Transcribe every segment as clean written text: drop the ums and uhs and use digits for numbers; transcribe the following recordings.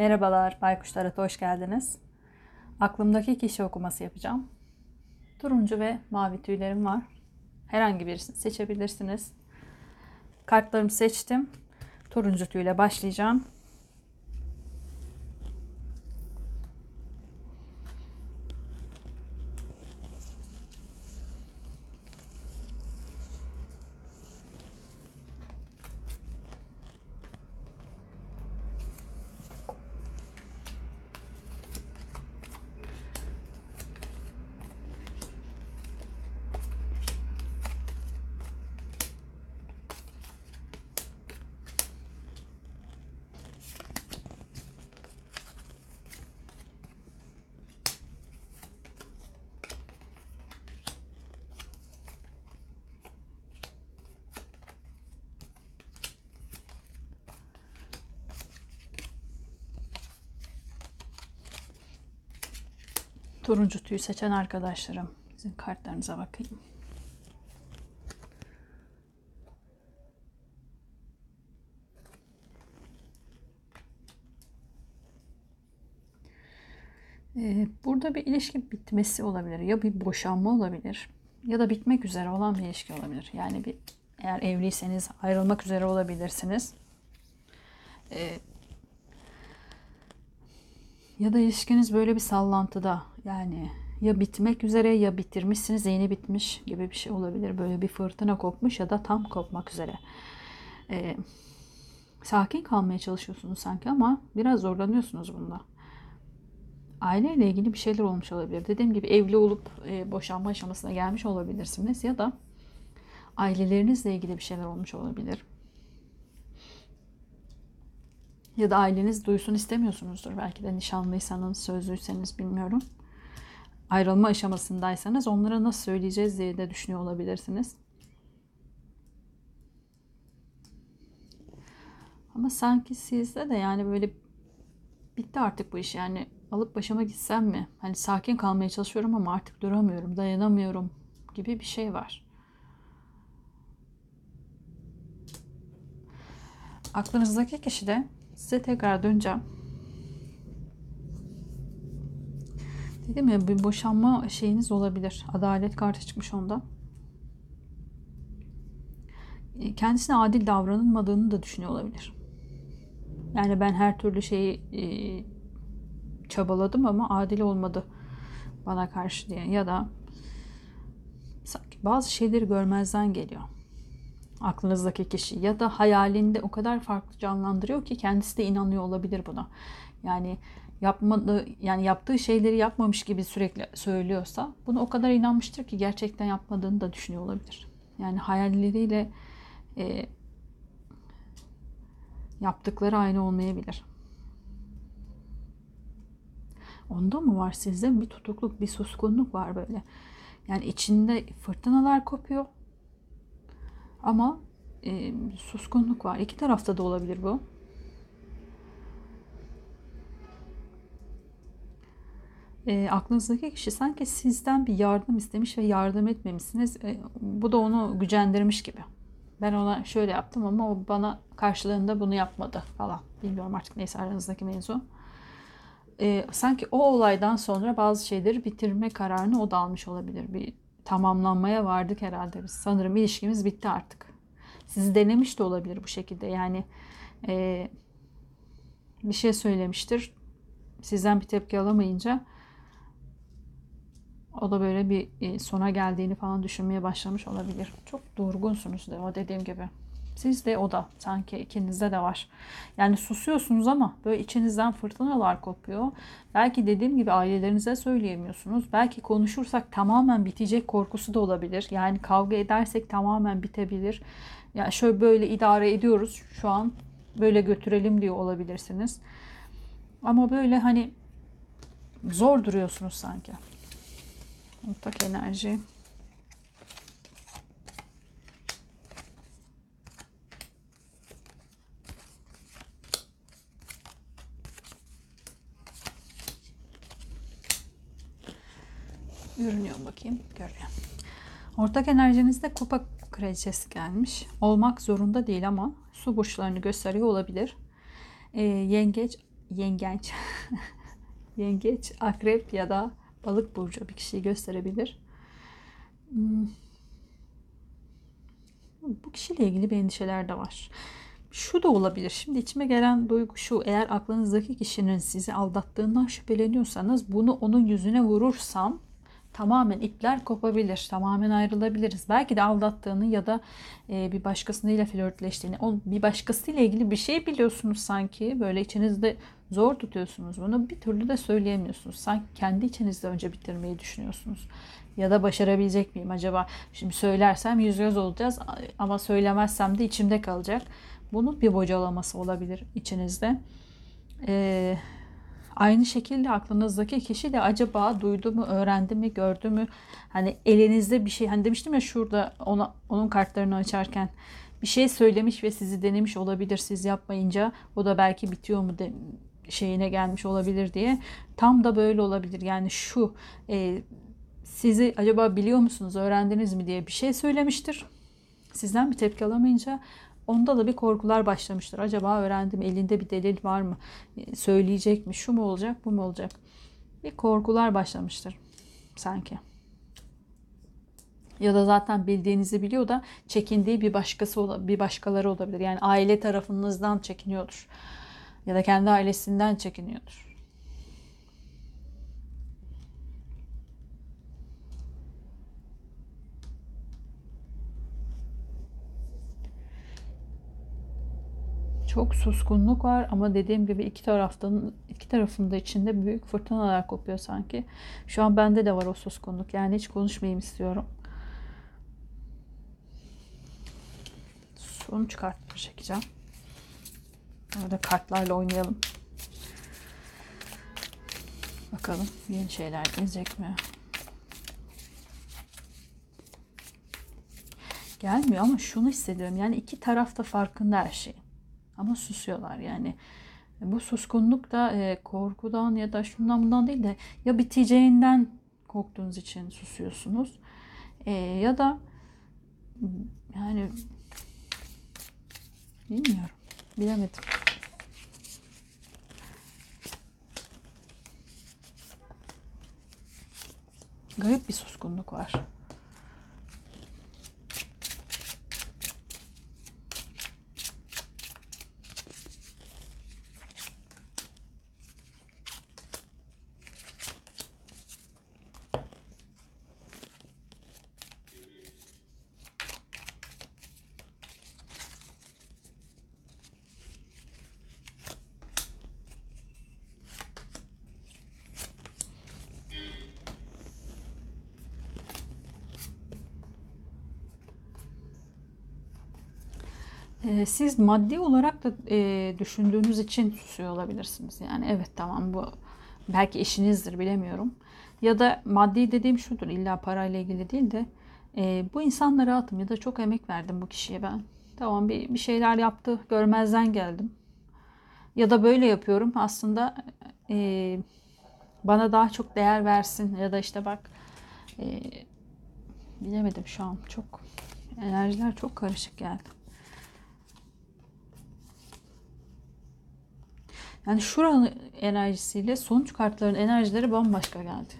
Merhabalar, Baykuş Tarot'a hoş geldiniz. Aklımdaki kişi okuması yapacağım. Turuncu ve mavi tüylerim var. Herhangi birisini seçebilirsiniz. Kartlarımı seçtim. Turuncu tüyle başlayacağım. Turuncu tüyü seçen arkadaşlarım, sizin kartlarınıza bakayım. Burada bir ilişki bitmesi olabilir. Ya bir boşanma olabilir. Ya da bitmek üzere olan bir ilişki olabilir. Yani eğer evliyseniz ayrılmak üzere olabilirsiniz. Ya da ilişkiniz böyle bir sallantıda. Yani ya bitmek üzere ya bitirmişsiniz, yeni bitmiş gibi bir şey olabilir. Böyle bir fırtına kopmuş ya da tam kopmak üzere. Sakin kalmaya çalışıyorsunuz sanki ama biraz zorlanıyorsunuz bunda. Aileyle ilgili bir şeyler olmuş olabilir. Dediğim gibi evli olup boşanma aşamasına gelmiş olabilirsiniz ya da ailelerinizle ilgili bir şeyler olmuş olabilir. Ya da aileniz duysun istemiyorsunuzdur. Belki de nişanlıysanız, sözlüyseniz bilmiyorum. Ayrılma aşamasındaysanız onlara nasıl söyleyeceğiz diye de düşünüyor olabilirsiniz. Ama sanki sizde de yani böyle bitti artık bu iş. Yani alıp başıma gitsem mi? Hani sakin kalmaya çalışıyorum ama artık duramıyorum, dayanamıyorum gibi bir şey var. Aklınızdaki kişi de size tekrar döneceğim. Dedim ya bir boşanma şeyiniz olabilir. Adalet kartı çıkmış onda. Kendisine adil davranılmadığını da düşünüyor olabilir. Yani ben her türlü şeyi çabaladım ama adil olmadı bana karşı diye. Ya da sanki bazı şeyleri görmezden geliyor. Aklınızdaki kişi ya da hayalinde o kadar farklı canlandırıyor ki kendisi de inanıyor olabilir buna. Yani yaptığı şeyleri yapmamış gibi sürekli söylüyorsa bunu o kadar inanmıştır ki gerçekten yapmadığını da düşünüyor olabilir. Yani hayalleriyle e, yaptıkları aynı olmayabilir. Onda mı var sizde bir tutukluk, bir suskunluk var böyle. Yani içinde fırtınalar kopuyor ama suskunluk var. İki tarafta da olabilir bu. Aklınızdaki kişi sanki sizden bir yardım istemiş ve yardım etmemişsiniz. Bu da onu gücendirmiş gibi. Ben ona şöyle yaptım ama o bana karşılığında bunu yapmadı falan. Bilmiyorum artık neyse aranızdaki mevzu. Sanki o olaydan sonra bazı şeyleri bitirme kararını o da almış olabilir. Bir tamamlanmaya vardık herhalde biz. Sanırım ilişkimiz bitti artık. Sizi denemiş de olabilir bu şekilde. Yani e, bir şey söylemiştir. Sizden bir tepki alamayınca o da böyle bir sona geldiğini falan düşünmeye başlamış olabilir. Çok durgunsunuz da o dediğim gibi. Siz de o da sanki ikinizde de var. Yani susuyorsunuz ama böyle içinizden fırtınalar kopuyor. Belki dediğim gibi ailelerinize söyleyemiyorsunuz. Belki konuşursak tamamen bitecek korkusu da olabilir. Yani kavga edersek tamamen bitebilir. Ya yani şöyle böyle idare ediyoruz şu an böyle götürelim diyor olabilirsiniz. Ama böyle hani zor duruyorsunuz sanki. Ortak enerji. Görünüyor bakayım. Görüyor. Ortak enerjinizde kupa kraliçesi gelmiş. Olmak zorunda değil ama su burçlarını gösteriyor olabilir. Yengeç, yengeç, yengeç, akrep ya da balık burcu bir kişiyi gösterebilir. Bu kişiyle ilgili bir endişeler de var. Şu da olabilir. Şimdi içime gelen duygu şu. Eğer aklınızdaki kişinin sizi aldattığından şüpheleniyorsanız bunu onun yüzüne vurursam tamamen ipler kopabilir. Tamamen ayrılabiliriz. Belki de aldattığını ya da bir başkasıyla flörtleştiğini, bir başkasıyla ilgili bir şey biliyorsunuz sanki. Böyle içinizde zor tutuyorsunuz bunu. Bir türlü de söyleyemiyorsunuz. Sanki kendi içinizde önce bitirmeyi düşünüyorsunuz. Ya da başarabilecek miyim acaba? Şimdi söylersem yüz göz olacağız ama söylemezsem de içimde kalacak. Bunun bir bocalaması olabilir içinizde. Aynı şekilde aklınızdaki kişi de acaba duydu mu, öğrendi mi, gördü mü? Hani elinizde bir şey, hani demiştim ya şurada onun kartlarını açarken bir şey söylemiş ve sizi denemiş olabilir siz yapmayınca. O da belki bitiyor mu şeyine gelmiş olabilir diye. Tam da böyle olabilir. Yani şu sizi acaba biliyor musunuz, öğrendiniz mi diye bir şey söylemiştir. Sizden bir tepki alamayınca onda da bir korkular başlamıştır. Acaba öğrendim, elinde bir delil var mı? Söyleyecek mi? Şu mu olacak, bu mu olacak? Bir korkular başlamıştır sanki. Ya da zaten bildiğinizi biliyor da çekindiği bir başkaları olabilir. Yani aile tarafınızdan çekiniyordur. Ya da kendi ailesinden çekiniyordur. Çok suskunluk var ama dediğim gibi iki tarafın da içinde büyük fırtınalar kopuyor sanki. Şu an bende de var o suskunluk. Yani hiç konuşmayayım istiyorum. Sonuç kartları çekeceğim. Orada kartlarla oynayalım. Bakalım yeni şeyler gelecek mi? Gelmiyor ama şunu hissediyorum. Yani iki taraf da farkında her şey. Ama susuyorlar yani. Bu suskunluk da korkudan ya da şundan bundan değil de ya biteceğinden korktuğunuz için susuyorsunuz. Ya da yani bilmiyorum. Bilemedim. Garip bir suskunluk var. Siz maddi olarak da düşündüğünüz için susuyor olabilirsiniz. Yani evet tamam bu belki eşinizdir bilemiyorum. Ya da maddi dediğim şudur, illa parayla ilgili değil de bu insanla rahatım ya da çok emek verdim bu kişiye ben. Tamam bir şeyler yaptı, görmezden geldim. Ya da böyle yapıyorum aslında bana daha çok değer versin ya da işte bak e, bilemedim şu an çok enerjiler çok karışık geldi. Yani şuranın enerjisiyle sonuç kartların enerjileri bambaşka geldi.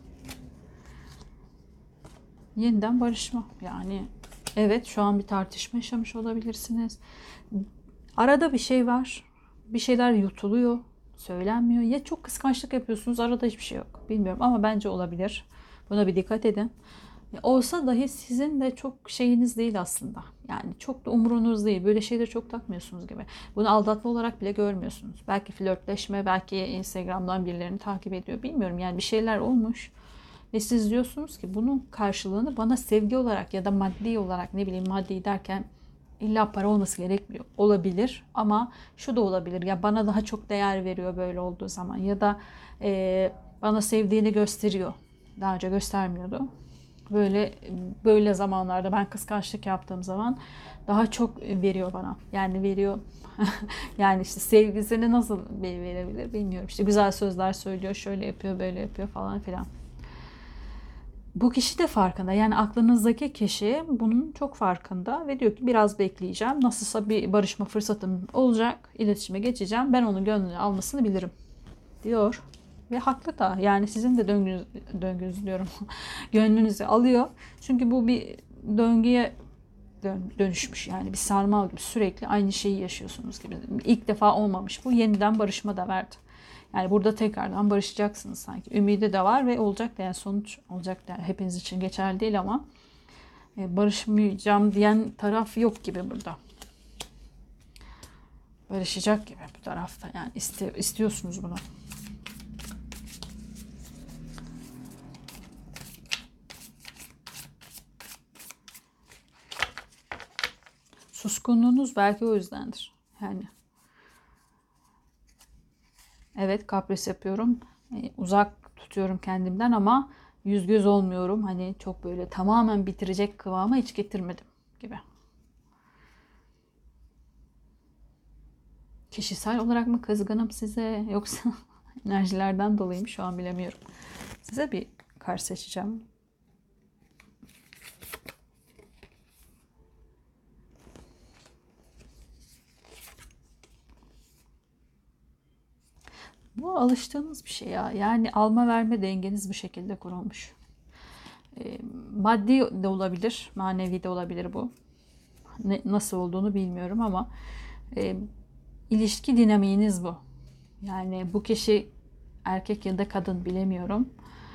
Yeniden barışma. Yani evet şu an bir tartışma yaşamış olabilirsiniz. Arada bir şey var. Bir şeyler yutuluyor. Söylenmiyor. Ya çok kıskançlık yapıyorsunuz. Arada hiçbir şey yok. Bilmiyorum ama bence olabilir. Buna bir dikkat edin. Olsa dahi sizin de çok şeyiniz değil aslında. Yani çok da umurunuz değil. Böyle şeyleri çok takmıyorsunuz gibi. Bunu aldatma olarak bile görmüyorsunuz. Belki flörtleşme, belki Instagram'dan birilerini takip ediyor. Bilmiyorum yani bir şeyler olmuş. Ve siz diyorsunuz ki bunun karşılığını bana sevgi olarak ya da maddi olarak ne bileyim maddi derken illa para olması gerekmiyor. Olabilir ama şu da olabilir. Ya bana daha çok değer veriyor böyle olduğu zaman ya da bana sevdiğini gösteriyor. Daha önce göstermiyordu. Böyle zamanlarda ben kıskançlık yaptığım zaman daha çok veriyor bana. Yani veriyor. Yani işte sevgisini nasıl verebilir bilmiyorum. İşte güzel sözler söylüyor, şöyle yapıyor, böyle yapıyor falan filan. Bu kişi de farkında. Yani aklınızdaki kişi bunun çok farkında ve diyor ki biraz bekleyeceğim. Nasılsa bir barışma fırsatım olacak. İletişime geçeceğim. Ben onun gönlünü almasını bilirim diyor. Ve haklı da. Yani sizin de döngünüz diyorum. Gönlünüzü alıyor. Çünkü bu bir döngüye dönüşmüş. Yani bir sarmal gibi sürekli aynı şeyi yaşıyorsunuz gibi. İlk defa olmamış bu. Yeniden barışma da verdi. Yani burada tekrardan barışacaksınız sanki. Ümidi de var ve olacak da, yani sonuç olacak da, yani hepiniz için geçerli değil ama barışmayacağım diyen taraf yok gibi burada. Barışacak gibi bu tarafta. Yani istiyorsunuz bunu. Suskunluğunuz belki o yüzdendir. Yani evet, kapris yapıyorum. Uzak tutuyorum kendimden ama yüz göz olmuyorum. Hani çok böyle tamamen bitirecek kıvama hiç getirmedim gibi. Kişisel olarak mı kızgınım size, yoksa enerjilerden dolayı mı, şu an bilemiyorum. Size bir kart seçeceğim. Bu alıştığınız bir şey ya. Yani alma verme dengeniz bu şekilde kurulmuş. Maddi de olabilir, manevi de olabilir bu. Nasıl olduğunu bilmiyorum ama ilişki dinamiğiniz bu. Yani bu kişi erkek ya da kadın bilemiyorum.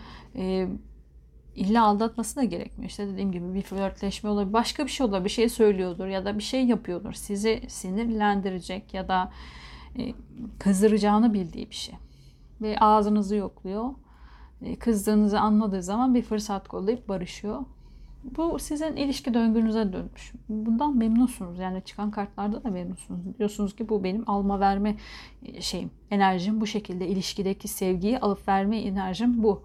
İlla aldatması da gerekmiyor. İşte dediğim gibi bir flörtleşme olabilir. Başka bir şey olabilir. Bir şey söylüyordur ya da bir şey yapıyordur. Sizi sinirlendirecek ya da kızdıracağını bildiği bir şey. Ve ağzınızı yokluyor. Kızdığınızı anladığı zaman bir fırsat kollayıp barışıyor. Bu sizin ilişki döngünüze dönmüş. Bundan memnunsunuz. Yani çıkan kartlarda da memnunsunuz. Diyorsunuz ki bu benim alma verme şeyim. Enerjim bu şekilde. İlişkideki sevgiyi alıp verme enerjim bu.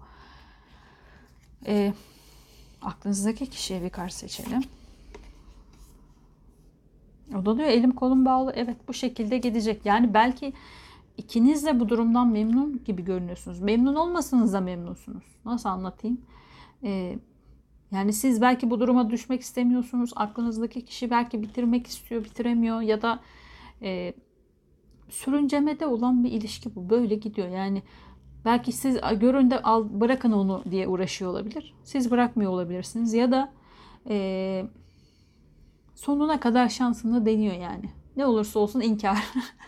Aklınızdaki kişiye bir kart seçelim. O da diyor elim kolum bağlı. Evet, bu şekilde gidecek. Yani belki ikiniz de bu durumdan memnun gibi görünüyorsunuz. Memnun olmasanız da memnunsunuz. Nasıl anlatayım? Yani siz belki bu duruma düşmek istemiyorsunuz. Aklınızdaki kişi belki bitirmek istiyor, bitiremiyor ya da sürüncemede olan bir ilişki bu. Böyle gidiyor. Yani belki siz görün de bırakın onu diye uğraşıyor olabilir. Siz bırakmıyor olabilirsiniz ya da sonuna kadar şansını deniyor yani. Ne olursa olsun inkar.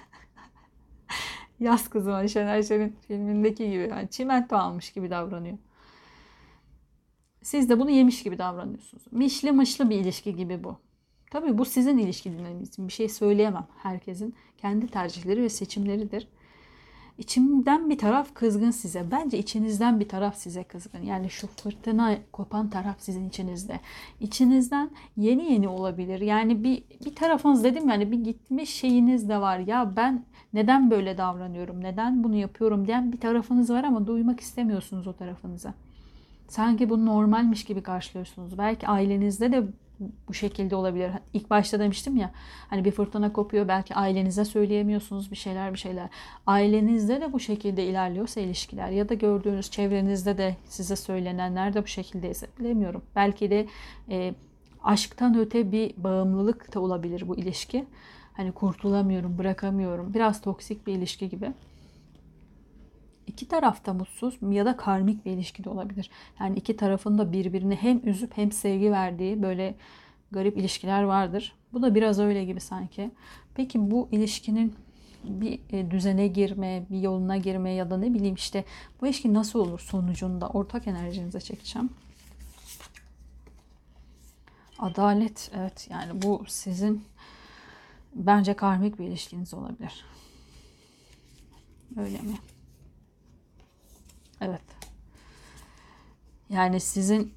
Yaz kızı var Şener Şen'in filmindeki gibi. Yani çimento almış gibi davranıyor. Siz de bunu yemiş gibi davranıyorsunuz. Mişli mışlı bir ilişki gibi bu. Tabii bu sizin ilişki dinamizm. Bir şey söyleyemem. Herkesin kendi tercihleri ve seçimleridir. İçimden bir taraf kızgın size. Bence içinizden bir taraf size kızgın. Yani şu fırtına kopan taraf sizin içinizde. İçinizden yeni yeni olabilir. Yani bir tarafınız, dedim yani, bir gitmiş şeyiniz de var. Ya ben neden böyle davranıyorum? Neden bunu yapıyorum diyen bir tarafınız var ama duymak istemiyorsunuz o tarafınıza. Sanki bu normalmiş gibi karşılıyorsunuz. Belki ailenizde de bu şekilde olabilir. İlk başta demiştim ya, hani bir fırtına kopuyor, belki ailenize söyleyemiyorsunuz bir şeyler. Ailenizde de bu şekilde ilerliyorsa ilişkiler ya da gördüğünüz çevrenizde de size söylenenler de bu şekildeyse bilemiyorum. Belki de aşktan öte bir bağımlılık da olabilir bu ilişki. Hani kurtulamıyorum, bırakamıyorum. Biraz toksik bir ilişki gibi. İki taraf da mutsuz ya da karmik bir ilişki de olabilir. Yani iki tarafın da birbirini hem üzüp hem sevgi verdiği böyle garip ilişkiler vardır. Bu da biraz öyle gibi sanki. Peki bu ilişkinin bir düzene girme, bir yoluna girme ya da ne bileyim işte bu ilişki nasıl olur sonucunda? Ortak enerjinize çekeceğim. Adalet, evet, yani bu sizin bence karmik bir ilişkiniz olabilir. Öyle mi? Evet. Yani sizin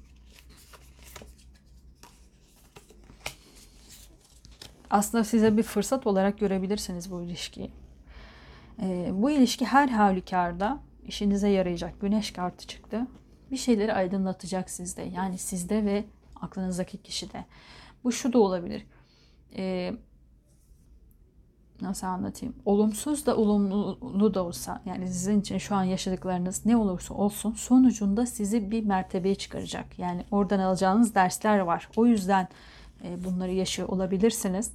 aslında size bir fırsat olarak görebilirsiniz bu ilişkiyi. Bu ilişki her halükarda işinize yarayacak. Güneş kartı çıktı. Bir şeyleri aydınlatacak sizde. Yani sizde ve aklınızdaki kişide. Bu şu da olabilir. nasıl anlatayım? Olumsuz da olumlu da olsa, yani sizin için şu an yaşadıklarınız ne olursa olsun sonucunda sizi bir mertebeye çıkaracak. Yani oradan alacağınız dersler var. O yüzden bunları yaşıyor olabilirsiniz.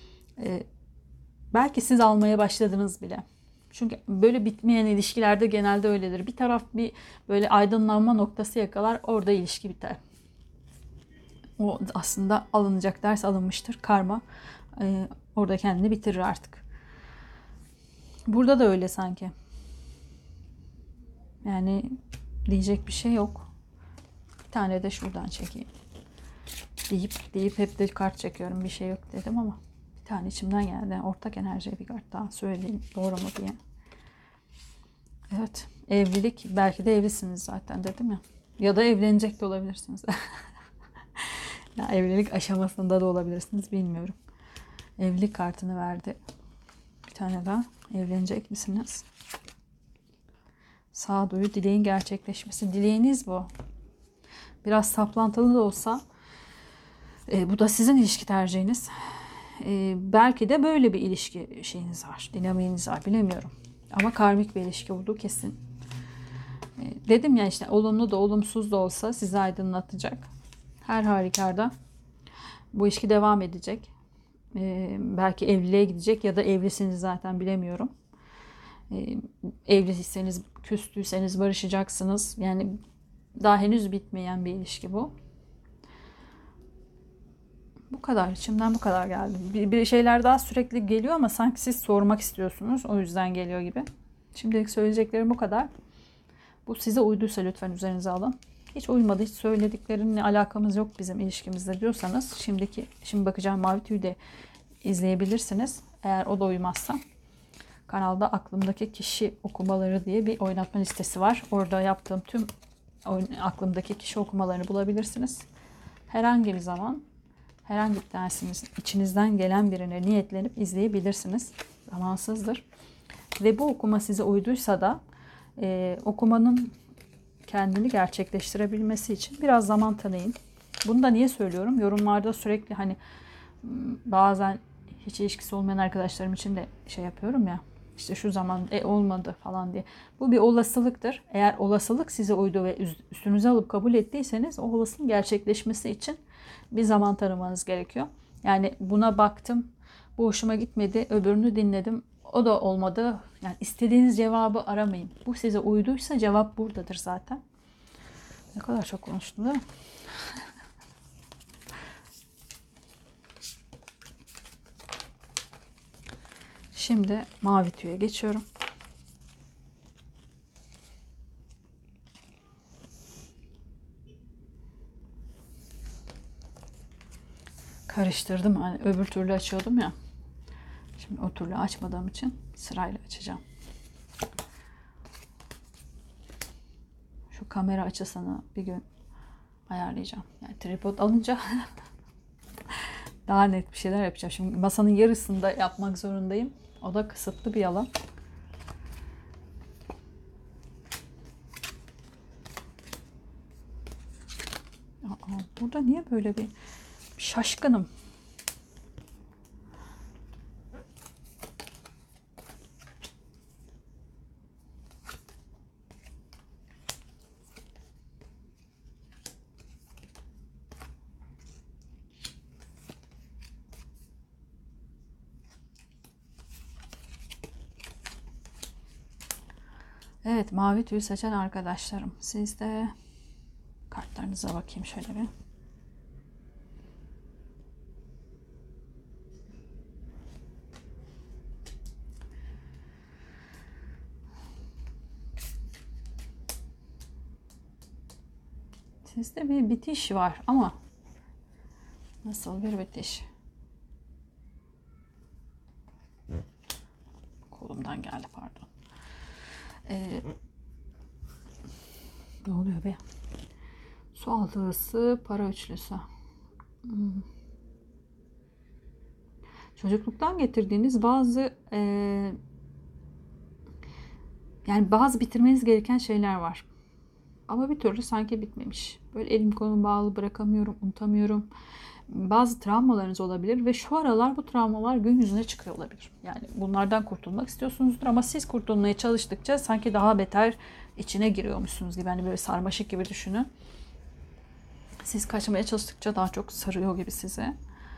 Belki siz almaya başladınız bile. Çünkü böyle bitmeyen ilişkilerde genelde öyledir. Bir taraf bir böyle aydınlanma noktası yakalar, orada ilişki biter. O aslında alınacak ders alınmıştır. Karma orada kendini bitirir artık. Burada da öyle sanki. Yani diyecek bir şey yok. Bir tane de şuradan çekeyim. Deyip hep de kart çekiyorum. Bir şey yok dedim ama bir tane içimden geldi. Ortak enerjiye bir kart daha söyleyeyim. Doğru mu diye. Evet. Evlilik. Belki de evlisiniz zaten dedim ya. Ya da evlenecek de olabilirsiniz. Ya evlilik aşamasında da olabilirsiniz. Bilmiyorum. Evlilik kartını verdi. Bir tane daha. Evlenecek misiniz? Sağduyu, dileğin gerçekleşmesi. Dileğiniz bu. Biraz saplantılı da olsa bu da sizin ilişki tercihiniz. Belki de böyle bir ilişki şeyiniz var. Dinamiğiniz var. Bilemiyorum. Ama karmik bir ilişki olduğu kesin. Dedim ya işte olumlu da olumsuz da olsa sizi aydınlatacak. Her halükarda bu ilişki devam edecek. Belki evliliğe gidecek ya da evlisiniz zaten bilemiyorum. Evliyseniz, küstüyseniz barışacaksınız. Yani daha henüz bitmeyen bir ilişki bu. Bu kadar. İçimden bu kadar geldi. Bir şeyler daha sürekli geliyor ama sanki siz sormak istiyorsunuz. O yüzden geliyor gibi. Şimdilik söyleyeceklerim bu kadar. Bu size uyduysa lütfen üzerinize alın. Hiç uymadı, hiç söylediklerinle alakamız yok bizim ilişkimizde diyorsanız şimdi bakacağım mavi tüyü de izleyebilirsiniz. Eğer o da uymazsa kanalda aklımdaki kişi okumaları diye bir oynatma listesi var. Orada yaptığım tüm aklımdaki kişi okumalarını bulabilirsiniz. Herhangi bir zaman herhangi bir tanesiniz içinizden gelen birine niyetlenip izleyebilirsiniz. Zamansızdır. Ve bu okuma size uyduysa da okumanın kendini gerçekleştirebilmesi için biraz zaman tanıyın. Bunu da niye söylüyorum? Yorumlarda sürekli hani bazen hiç ilişkisi olmayan arkadaşlarım için de şey yapıyorum ya. İşte şu zaman olmadı falan diye. Bu bir olasılıktır. Eğer olasılık size uydu ve üstünüze alıp kabul ettiyseniz o olasılığın gerçekleşmesi için bir zaman tanımanız gerekiyor. Yani buna baktım, bu hoşuma gitmedi, öbürünü dinledim, o da olmadı. Yani istediğiniz cevabı aramayın. Bu size uyduysa cevap buradadır zaten. Ne kadar çok konuştum değil mi? Şimdi mavi tüye geçiyorum. Karıştırdım. Hani öbür türlü açıyordum ya. Şimdi o türlü açmadığım için sırayla açacağım. Şu kamera açısını bir gün ayarlayacağım. Yani tripod alınca daha net bir şeyler yapacağım. Şimdi masanın yarısında yapmak zorundayım. O da kısıtlı bir alan. Burada niye böyle bir şaşkınım? Evet, mavi tüy seçen arkadaşlarım. Siz de kartlarınıza bakayım şöyle bir. Sizde bir bitiş var ama nasıl bir bitiş? Kolumdan geldi pardon. Ne oluyor be? Su altısı, para üçlüsü. Çocukluktan getirdiğiniz bazı yani bazı bitirmeniz gereken şeyler var. Ama bir türlü sanki bitmemiş. Böyle elim kolum bağlı, bırakamıyorum, unutamıyorum. Bazı travmalarınız olabilir ve şu aralar bu travmalar gün yüzüne çıkıyor olabilir. Yani bunlardan kurtulmak istiyorsunuzdur ama siz kurtulmaya çalıştıkça sanki daha beter içine giriyormuşsunuz gibi. Hani böyle sarmaşık gibi düşünün. Siz kaçmaya çalıştıkça daha çok sarıyor gibi size.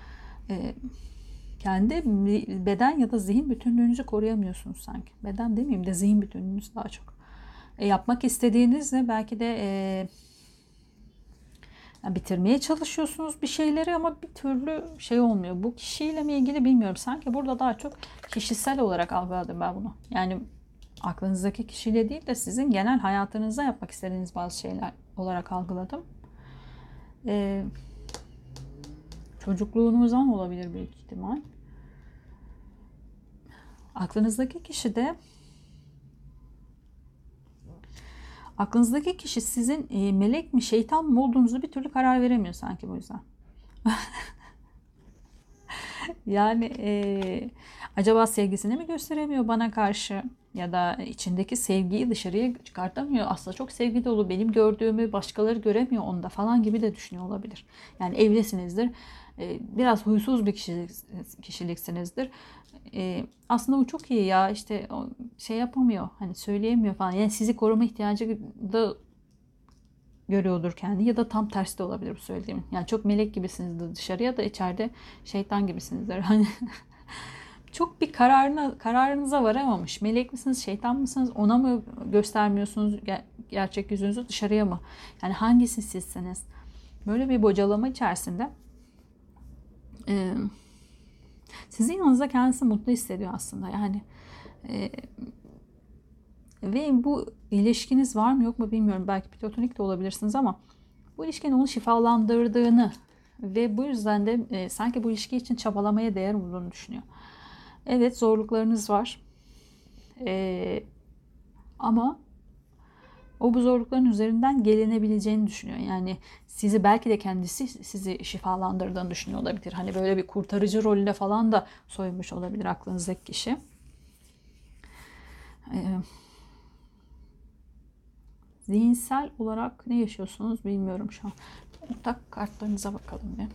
Kendi beden ya da zihin bütünlüğünüzü koruyamıyorsunuz sanki. Beden demeyeyim de zihin bütünlüğünüzü daha çok. Yapmak istediğinizle belki de yani bitirmeye çalışıyorsunuz bir şeyleri ama bir türlü şey olmuyor. Bu kişiyle mi ilgili bilmiyorum. Sanki burada daha çok kişisel olarak algıladım ben bunu. Yani aklınızdaki kişiyle değil de sizin genel hayatınızda yapmak istediğiniz bazı şeyler olarak algıladım. Çocukluğunuzdan olabilir büyük ihtimal. Aklınızdaki kişi sizin melek mi şeytan mı olduğunuzu bir türlü karar veremiyor sanki bu yüzden. Yani acaba sevgisini mi gösteremiyor bana karşı ya da içindeki sevgiyi dışarıya çıkartamıyor. Aslında çok sevgi dolu, benim gördüğümü başkaları göremiyor onda falan gibi de düşünüyor olabilir. Yani evlisinizdir. Biraz huysuz bir kişiliksinizdir. Aslında o çok iyi ya, işte şey yapamıyor, hani söyleyemiyor falan. Yani sizi koruma ihtiyacı da görüyordur kendi ya da tam tersi de olabilir bu söylediğim. Yani çok melek gibisinizdir dışarıya da içeride şeytan gibisinizdir. Hani çok bir kararınıza varamamış. Melek misiniz, şeytan mısınız? Ona mı göstermiyorsunuz gerçek yüzünüzü, dışarıya mı? Yani hangisi sizsiniz? Böyle bir bocalama içerisinde sizin yanınızda kendisi mutlu hissediyor aslında. Yani ve bu ilişkiniz var mı yok mu bilmiyorum. Belki platonik de olabilirsiniz ama bu ilişkinin onu şifalandırdığını ve bu yüzden de sanki bu ilişki için çabalamaya değer olduğunu düşünüyor. Evet, zorluklarınız var. Ama o bu zorlukların üzerinden gelinebileceğini düşünüyor. Yani sizi belki de kendisi sizi şifalandırdığını düşünüyor olabilir. Hani böyle bir kurtarıcı rolüne falan da soyunmuş olabilir aklınızdaki kişi. Zihinsel olarak ne yaşıyorsunuz bilmiyorum şu an. Ortak kartlarınıza bakalım bir.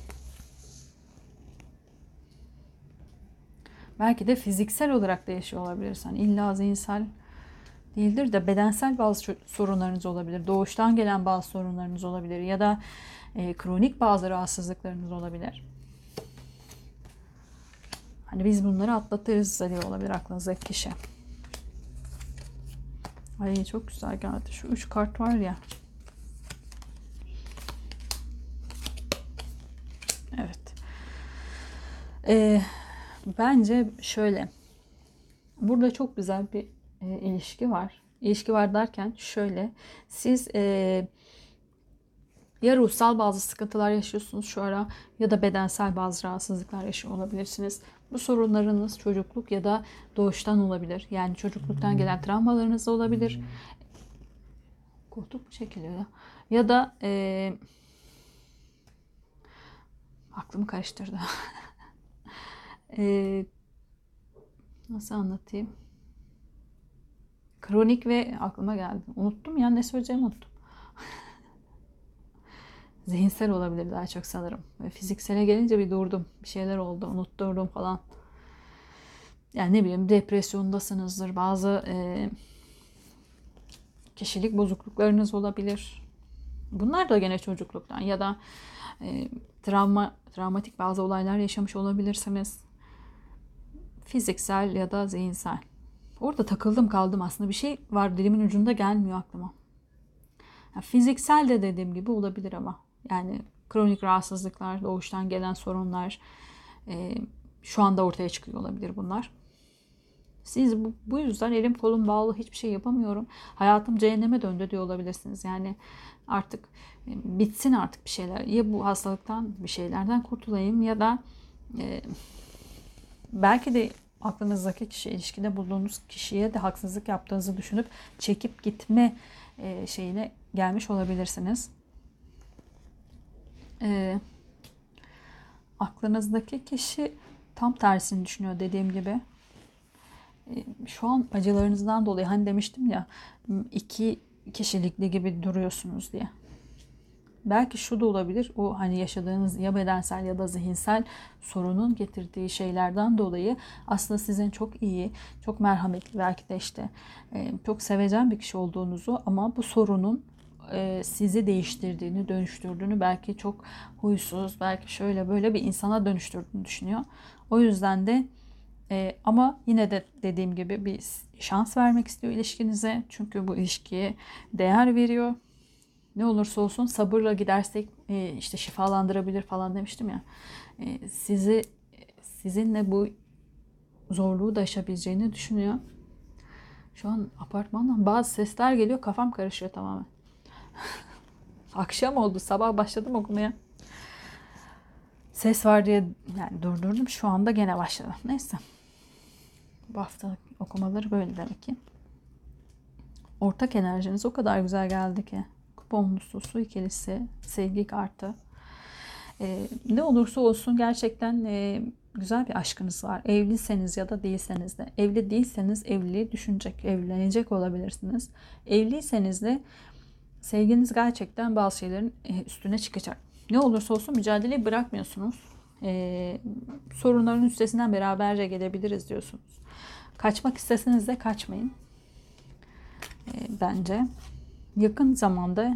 Belki de fiziksel olarak da yaşıyor olabiliriz. Hani illa zihinsel değildir de bedensel bazı sorunlarınız olabilir. Doğuştan gelen bazı sorunlarınız olabilir. Ya da kronik bazı rahatsızlıklarınız olabilir. Hani biz bunları atlatırız diye olabilir aklınızdaki kişi. Ay çok güzel geldi. Şu 3 kart var ya. Evet. Bence şöyle. Burada çok güzel bir ilişki var. İlişki var derken şöyle. Siz ya ruhsal bazı sıkıntılar yaşıyorsunuz şu ara ya da bedensel bazı rahatsızlıklar yaşıyor olabilirsiniz. Bu sorunlarınız çocukluk ya da doğuştan olabilir. Yani çocukluktan gelen travmalarınız da olabilir. Koltuk mu çekiliyor ya? Ya da aklımı karıştırdı. e, Nasıl anlatayım? Kronik ve aklıma geldi. Unuttum ya, ne söyleyeceğimi unuttum. Zihinsel olabilir daha çok sanırım. Ve fiziksele gelince bir durdum. Bir şeyler oldu. Unutturdum falan. Yani ne bileyim, depresyondasınızdır. Bazı kişilik bozukluklarınız olabilir. Bunlar da gene çocukluktan ya da travmatik bazı olaylar yaşamış olabilirsiniz. Fiziksel ya da zihinsel. Orada takıldım kaldım aslında. Bir şey var dilimin ucunda, gelmiyor aklıma. Yani fiziksel de dediğim gibi olabilir ama. Yani kronik rahatsızlıklar, doğuştan gelen sorunlar şu anda ortaya çıkıyor olabilir bunlar. Siz bu yüzden elim kolum bağlı, hiçbir şey yapamıyorum. Hayatım cehenneme döndü diyor olabilirsiniz. Yani artık bitsin artık bir şeyler. Ya bu hastalıktan bir şeylerden kurtulayım ya da belki de aklınızdaki kişi, ilişkide bulunduğunuz kişiye de haksızlık yaptığınızı düşünüp çekip gitme şeyine gelmiş olabilirsiniz. Aklınızdaki kişi tam tersini düşünüyor dediğim gibi. Şu an acılarınızdan dolayı, hani demiştim ya, iki kişilikli gibi duruyorsunuz diye. Belki şu da olabilir. O hani yaşadığınız ya bedensel ya da zihinsel sorunun getirdiği şeylerden dolayı aslında sizin çok iyi, çok merhametli, belki de işte çok sevecen bir kişi olduğunuzu, ama bu sorunun sizi değiştirdiğini, dönüştürdüğünü, belki çok huysuz, belki şöyle böyle bir insana dönüştürdüğünü düşünüyor. O yüzden de ama yine de dediğim gibi bir şans vermek istiyor ilişkinize. Çünkü bu ilişkiye değer veriyor. Ne olursa olsun sabırla gidersek işte şifalandırabilir falan demiştim ya. Sizinle bu zorluğu da aşabileceğini düşünüyor. Şu an apartmandan bazı sesler geliyor. Kafam karışıyor tamamen. Akşam oldu. Sabah başladım okumaya. Ses var diye yani durdurdum. Şu anda gene başladı. Neyse. Bu haftalık okumaları böyle demek ki. Ortak enerjiniz o kadar güzel geldi ki. Kuponlusu, su ikilisi, sevgi kartı. Ne olursa olsun gerçekten güzel bir aşkınız var. Evliyseniz ya da değilseniz de. Evli değilseniz evliliği düşünecek, evlenecek olabilirsiniz. Evliyseniz de sevginiz gerçekten bazı şeylerin üstüne çıkacak. Ne olursa olsun mücadeleyi bırakmıyorsunuz. Sorunların üstesinden beraberce gelebiliriz diyorsunuz. Kaçmak isteseniz de kaçmayın. Bence. Yakın zamanda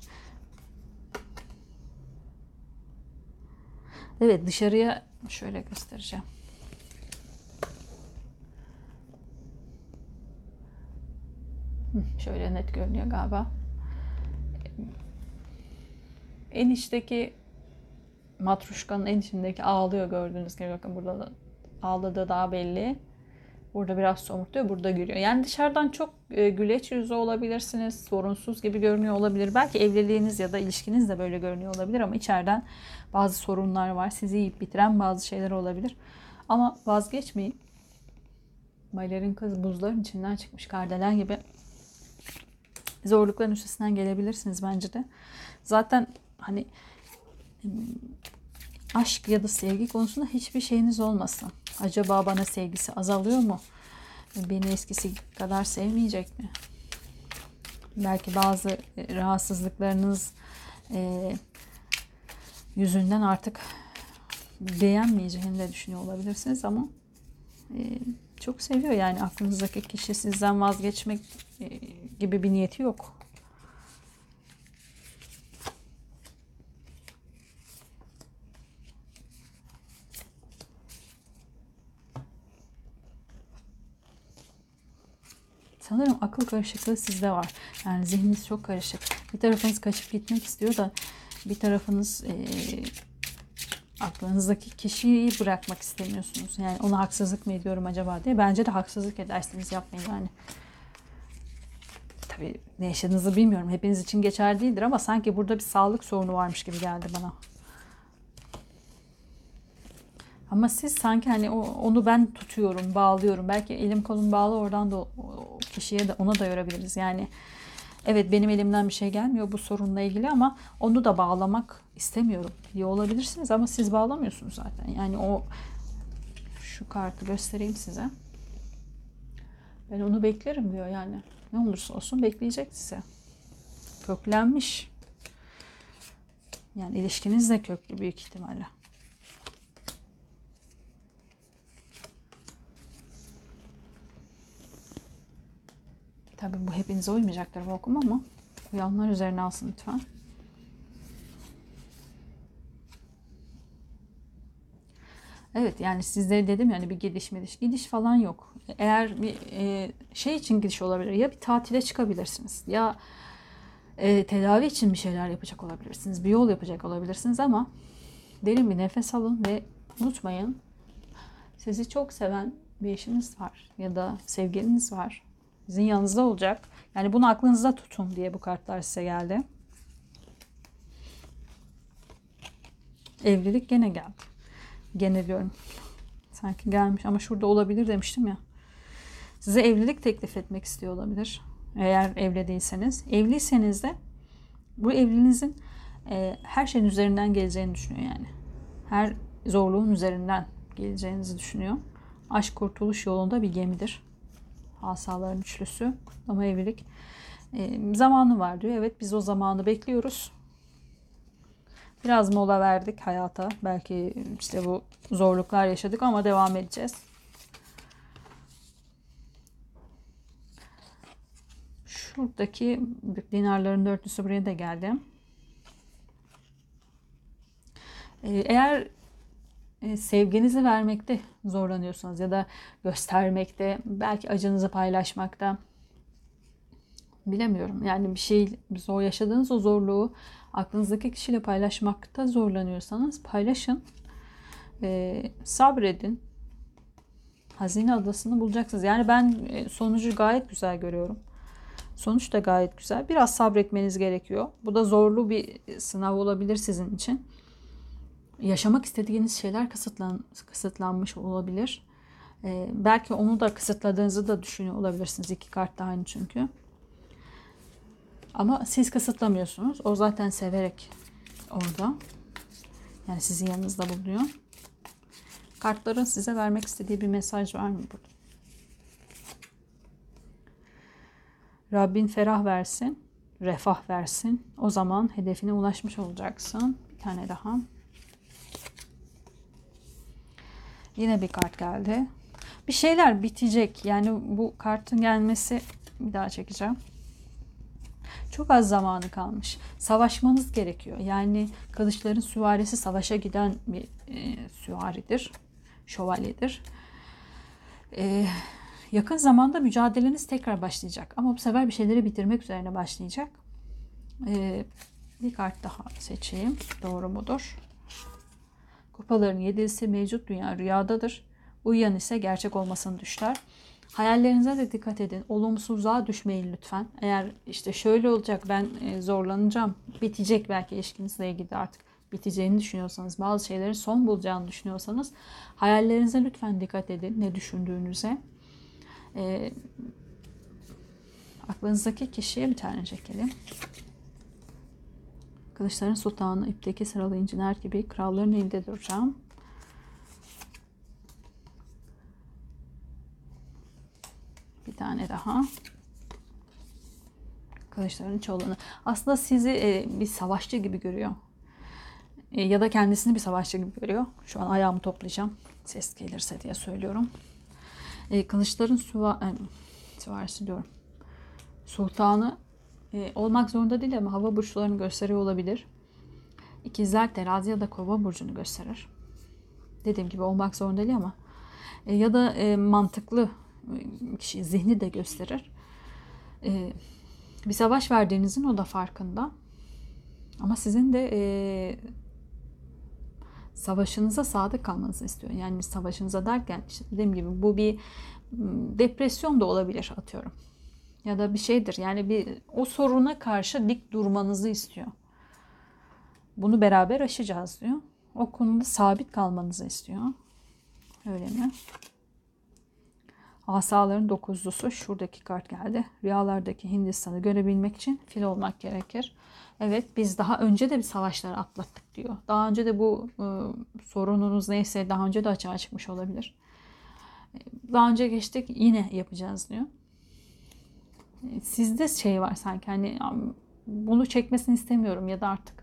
evet, dışarıya şöyle göstereceğim. Şöyle net görünüyor galiba. En içteki matruşkanın en içindeki ağlıyor, gördüğünüz gibi. Bakın burada da ağladığı daha belli. Burada biraz somurtuyor, burada gülüyor. Yani dışarıdan çok güleç yüzlü olabilirsiniz. Sorunsuz gibi görünüyor olabilir. Belki evliliğiniz ya da ilişkiniz de böyle görünüyor olabilir ama içeriden bazı sorunlar var. Sizi yiyip bitiren bazı şeyler olabilir. Ama vazgeçmeyin. Balerin kız buzların içinden çıkmış kardelen gibi. Zorlukların üstesinden gelebilirsiniz bence de. Zaten hani aşk ya da sevgi konusunda hiçbir şeyiniz olmasın. Acaba bana sevgisi azalıyor mu? Beni eskisi kadar sevmeyecek mi? Belki bazı rahatsızlıklarınız yüzünden artık beğenmeyeceğini de düşünüyor olabilirsiniz ama çok seviyor yani, aklınızdaki kişi sizden vazgeçmek gibi bir niyeti yok. Sanırım akıl karışıklığı sizde var. Yani zihniniz çok karışık. Bir tarafınız kaçıp gitmek istiyor da bir tarafınız aklınızdaki kişiyi bırakmak istemiyorsunuz. Yani ona haksızlık mı ediyorum acaba diye. Bence de haksızlık edersiniz, yapmayın yani. Tabii ne yaşadığınızı bilmiyorum. Hepiniz için geçerli değildir ama sanki burada bir sağlık sorunu varmış gibi geldi bana. Ama siz sanki hani onu ben tutuyorum, bağlıyorum. Belki elim kolum bağlı, oradan da o kişiye de ona da yorabiliriz. Yani evet, benim elimden bir şey gelmiyor bu sorunla ilgili ama onu da bağlamak istemiyorum diye olabilirsiniz ama siz bağlamıyorsunuz zaten. Yani o, şu kartı göstereyim size. Ben onu beklerim diyor yani. Ne olursa olsun bekleyecek size. Köklenmiş. Yani ilişkiniz de köklü büyük ihtimalle. Tabii bu hepinize uymayacaktır bu okuma ama uyanlar üzerine alsın lütfen. Evet, yani sizlere dedim yani bir gidiş falan yok. Eğer bir şey için gidiş olabilir, ya bir tatile çıkabilirsiniz ya tedavi için bir şeyler yapacak olabilirsiniz, bir yol yapacak olabilirsiniz ama derin bir nefes alın ve unutmayın, sizi çok seven bir eşiniz var ya da sevgiliniz var. Sizin yanınızda olacak. Yani bunu aklınızda tutun diye bu kartlar size geldi. Evlilik gene geldi. Gene diyorum. Sanki gelmiş ama şurada olabilir demiştim ya. Size evlilik teklif etmek istiyor olabilir. Eğer evli değilseniz. Evliyseniz de bu evliliğinizin her şeyin üzerinden geleceğini düşünüyor yani. Her zorluğun üzerinden geleceğinizi düşünüyor. Aşk kurtuluş yolunda bir gemidir. Asaların üçlüsü. Ama evlilik Zamanı var diyor. Evet, biz o zamanı bekliyoruz. Biraz mola verdik hayata. Belki işte bu zorluklar yaşadık ama devam edeceğiz. Şuradaki dinarların dörtlüsü buraya da geldi. Eğer sevginizi vermekte zorlanıyorsanız ya da göstermekte, belki acınızı paylaşmakta, bilemiyorum. Yani bir şey zor yaşadığınız o zorluğu aklınızdaki kişiyle paylaşmakta zorlanıyorsanız paylaşın. Sabredin. Hazine adasını bulacaksınız. Yani ben sonucu gayet güzel görüyorum. Sonuç da gayet güzel. Biraz sabretmeniz gerekiyor. Bu da zorlu bir sınav olabilir sizin için. Yaşamak istediğiniz şeyler kısıtlanmış olabilir. Belki onu da kısıtladığınızı da düşünüyor olabilirsiniz. 2 kart da aynı çünkü. Ama siz kısıtlamıyorsunuz. O zaten severek orada. Yani sizin yanınızda bulunuyor. Kartların size vermek istediği bir mesaj var mı burada? Rabbin ferah versin, refah versin. O zaman hedefine ulaşmış olacaksın. Bir tane daha. Yine bir kart geldi. Bir şeyler bitecek. Yani bu kartın gelmesi, bir daha çekeceğim. Çok az zamanı kalmış. Savaşmanız gerekiyor. Yani kılıçların süvarisi savaşa giden bir süvaridir. Şövalyedir. Yakın zamanda mücadeleniz tekrar başlayacak. Ama bu sefer bir şeyleri bitirmek üzerine başlayacak. Bir kart daha seçeyim. Doğru mudur? Kupaların 7'si mevcut dünya rüyadadır. Uyuyan ise gerçek olmasını düşler. Hayallerinize de dikkat edin. Olumsuzluğa düşmeyin lütfen. Eğer işte şöyle olacak, ben zorlanacağım, bitecek belki ilişkinizle ilgili artık biteceğini düşünüyorsanız, bazı şeylerin son bulacağını düşünüyorsanız hayallerinize lütfen dikkat edin. Ne düşündüğünüze. Aklınızdaki kişiye bir tane çekelim. Kılıçların sultanı, ipteki sıralı inciler gibi kralların elinde duracağım. Bir tane daha. Kılıçların çoğalanı. Aslında sizi bir savaşçı gibi görüyor. Ya da kendisini bir savaşçı gibi görüyor. Şu an ayağımı toplayacağım. Ses gelirse diye söylüyorum. Kılıçların süvarisi diyorum. Sultanı olmak zorunda değil ama hava burçlarını gösteriyor olabilir. İkizler, Terazi ya da Kova burcunu gösterir. Dediğim gibi olmak zorunda değil ama ya da mantıklı kişi, zihni de gösterir. Bir savaş verdiğinizin o da farkında. Ama sizin de savaşınıza sadık kalmanızı istiyor. Yani savaşınıza derken işte dediğim gibi bu bir depresyon da olabilir, atıyorum. Ya da bir şeydir. Yani bir o soruna karşı dik durmanızı istiyor. Bunu beraber aşacağız diyor. O konuda sabit kalmanızı istiyor. Öyle mi? Asaların dokuzlusu, şuradaki kart geldi. Rüyalardaki Hindistan'ı görebilmek için fil olmak gerekir. Evet, biz daha önce de bir savaşlar atlattık diyor. Daha önce de bu sorununuz neyse daha önce de açığa çıkmış olabilir. Daha önce geçtik, yine yapacağız diyor. Sizde şey var sanki, hani bunu çekmesini istemiyorum ya da artık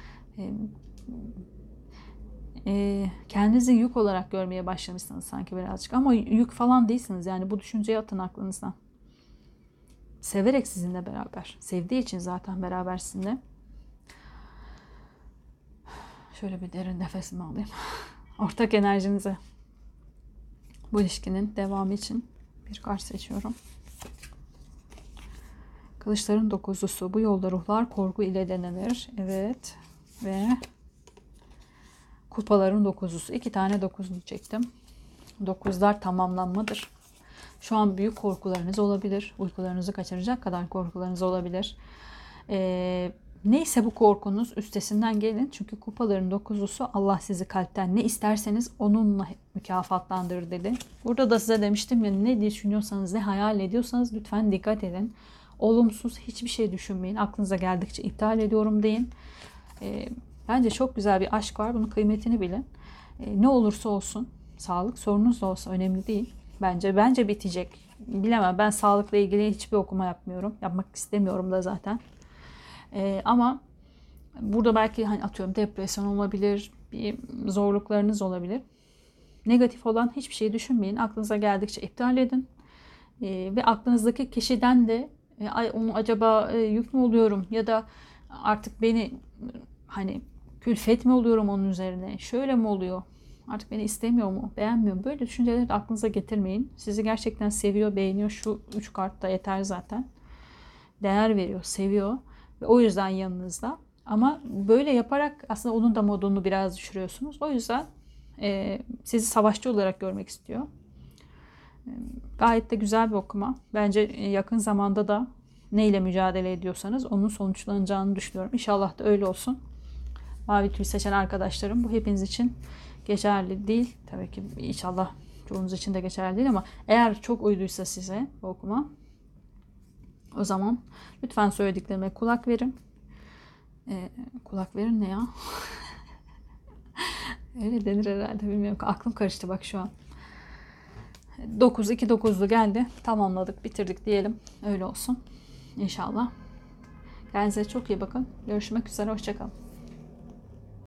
kendinizi yük olarak görmeye başlamışsınız sanki birazcık. Ama yük falan değilsiniz. Yani bu düşünceyi atın aklınızdan. Severek sizinle beraber. Sevdiği için zaten beraber sizinle. Şöyle bir derin nefesimi alayım. Ortak enerjinize. Bu ilişkinin devamı için bir kart seçiyorum. Kılıçların dokuzlusu. Bu yolda ruhlar korku ile denenir. Evet. Ve kupaların dokuzlusu. 2 tane dokuzlu çektim. Dokuzlar tamamlanmadır. Şu an büyük korkularınız olabilir. Uykularınızı kaçıracak kadar korkularınız olabilir. Neyse bu korkunuz, üstesinden gelin. Çünkü kupaların dokuzlusu, Allah sizi kalpten ne isterseniz onunla mükafatlandırır dedi. Burada da size demiştim ya, ne düşünüyorsanız, ne hayal ediyorsanız lütfen dikkat edin. Olumsuz hiçbir şey düşünmeyin. Aklınıza geldikçe iptal ediyorum deyin. Bence çok güzel bir aşk var. Bunun kıymetini bilin. Ne olursa olsun, sağlık sorunuz da olsa önemli değil. Bence bitecek. bilemem. Ben sağlıkla ilgili hiçbir okuma yapmıyorum. Yapmak istemiyorum da zaten. Ama burada belki hani atıyorum depresyon olabilir, bir zorluklarınız olabilir. Negatif olan hiçbir şeyi düşünmeyin. Aklınıza geldikçe iptal edin. Ve aklınızdaki kişiden de onu acaba yük mü oluyorum ya da artık beni hani külfet mi oluyorum onun üzerine? Şöyle mi oluyor? Artık beni istemiyor mu? Beğenmiyor mu? Böyle düşünceleri de aklınıza getirmeyin. Sizi gerçekten seviyor, beğeniyor. Şu 3 kart da yeter zaten. Değer veriyor, seviyor ve o yüzden yanınızda. Ama böyle yaparak aslında onun da modunu biraz düşürüyorsunuz. O yüzden sizi savaşçı olarak görmek istiyor. Gayet de güzel bir okuma. Bence yakın zamanda da neyle mücadele ediyorsanız onun sonuçlanacağını düşünüyorum. İnşallah da öyle olsun. Mavi tüy seçen arkadaşlarım, bu hepiniz için geçerli değil. Tabii ki inşallah çoğunuz için de geçerli değil ama eğer çok uyduysa size bu okuma, o zaman lütfen söylediklerime kulak verin. Kulak verin ne ya? Öyle denir herhalde, bilmiyorum. Aklım karıştı bak şu an. 9-2-9'lu geldi. Tamamladık, bitirdik diyelim. Öyle olsun. İnşallah. Kendinize çok iyi bakın. Görüşmek üzere. Hoşça kalın.